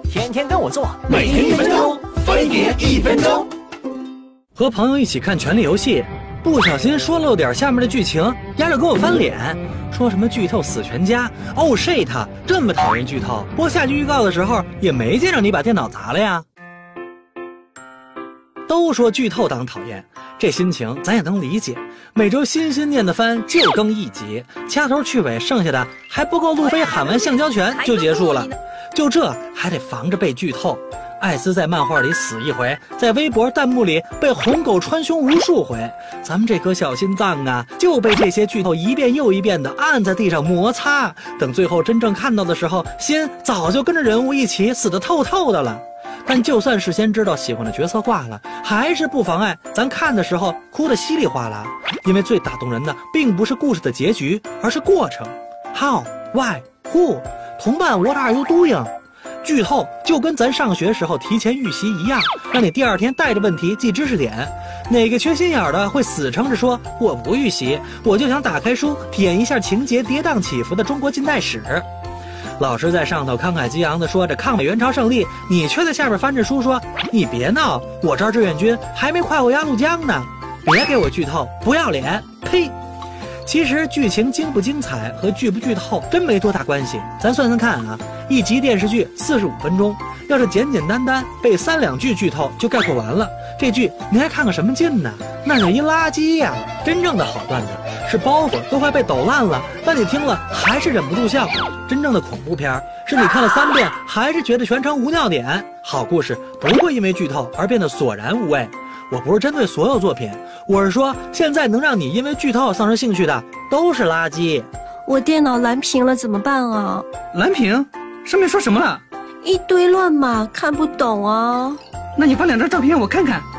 天天跟我做， 每天1分钟，分别1分钟。 和朋友一起看《权力游戏》，不小心说漏点下面的剧情，丫就给我翻脸，说什么剧透死全家。Oh shit， 这么讨厌剧透，播下集预告的时候也没见着你把电脑砸了呀。都说剧透党讨厌，这心情咱也能理解。每周心心念的番就更1集，掐头去尾，剩下的还不够路飞喊完橡胶拳就结束了。就这还得防着被剧透。艾斯在漫画里死1回，在微博弹幕里被红狗穿胸无数回，咱们这颗小心脏啊，就被这些剧透一遍又一遍的按在地上摩擦。等最后真正看到的时候，心早就跟着人物一起死得透透的了。但就算事先知道喜欢的角色挂了，还是不妨碍咱看的时候哭得稀里哗啦。因为最打动人的并不是故事的结局，而是过程。 How, Why, Who， 同伴 What are you doing？ 剧透就跟咱上学时候提前预习一样，让你第2天带着问题记知识点。哪个缺心眼的会死撑着说我不预习，我就想打开书体验一下情节跌宕起伏的中国近代史。老师在上头慷慨激昂地说着抗美援朝胜利，你却在下边翻着书说你别闹，我这儿志愿军还没跨过鸭绿江呢。别给我剧透，不要脸，呸！其实剧情精不精彩和剧不剧透真没多大关系。咱算算看啊，1集电视剧45分钟，要是简简单单被3两句剧透就概括完了，这剧你还看个什么劲呢？那是一垃圾呀！真正的好段子是包袱都快被抖烂了，但你听了还是忍不住笑。真正的恐怖片是你看了3遍还是觉得全程无尿点。好故事不会因为剧透而变得索然无味。我不是针对所有作品，我是说现在能让你因为剧透丧失兴趣的都是垃圾。 我电脑蓝屏了怎么办啊？ 蓝屏？上面说什么了？ 一堆乱码，看不懂啊。 那你发2张照片我看看。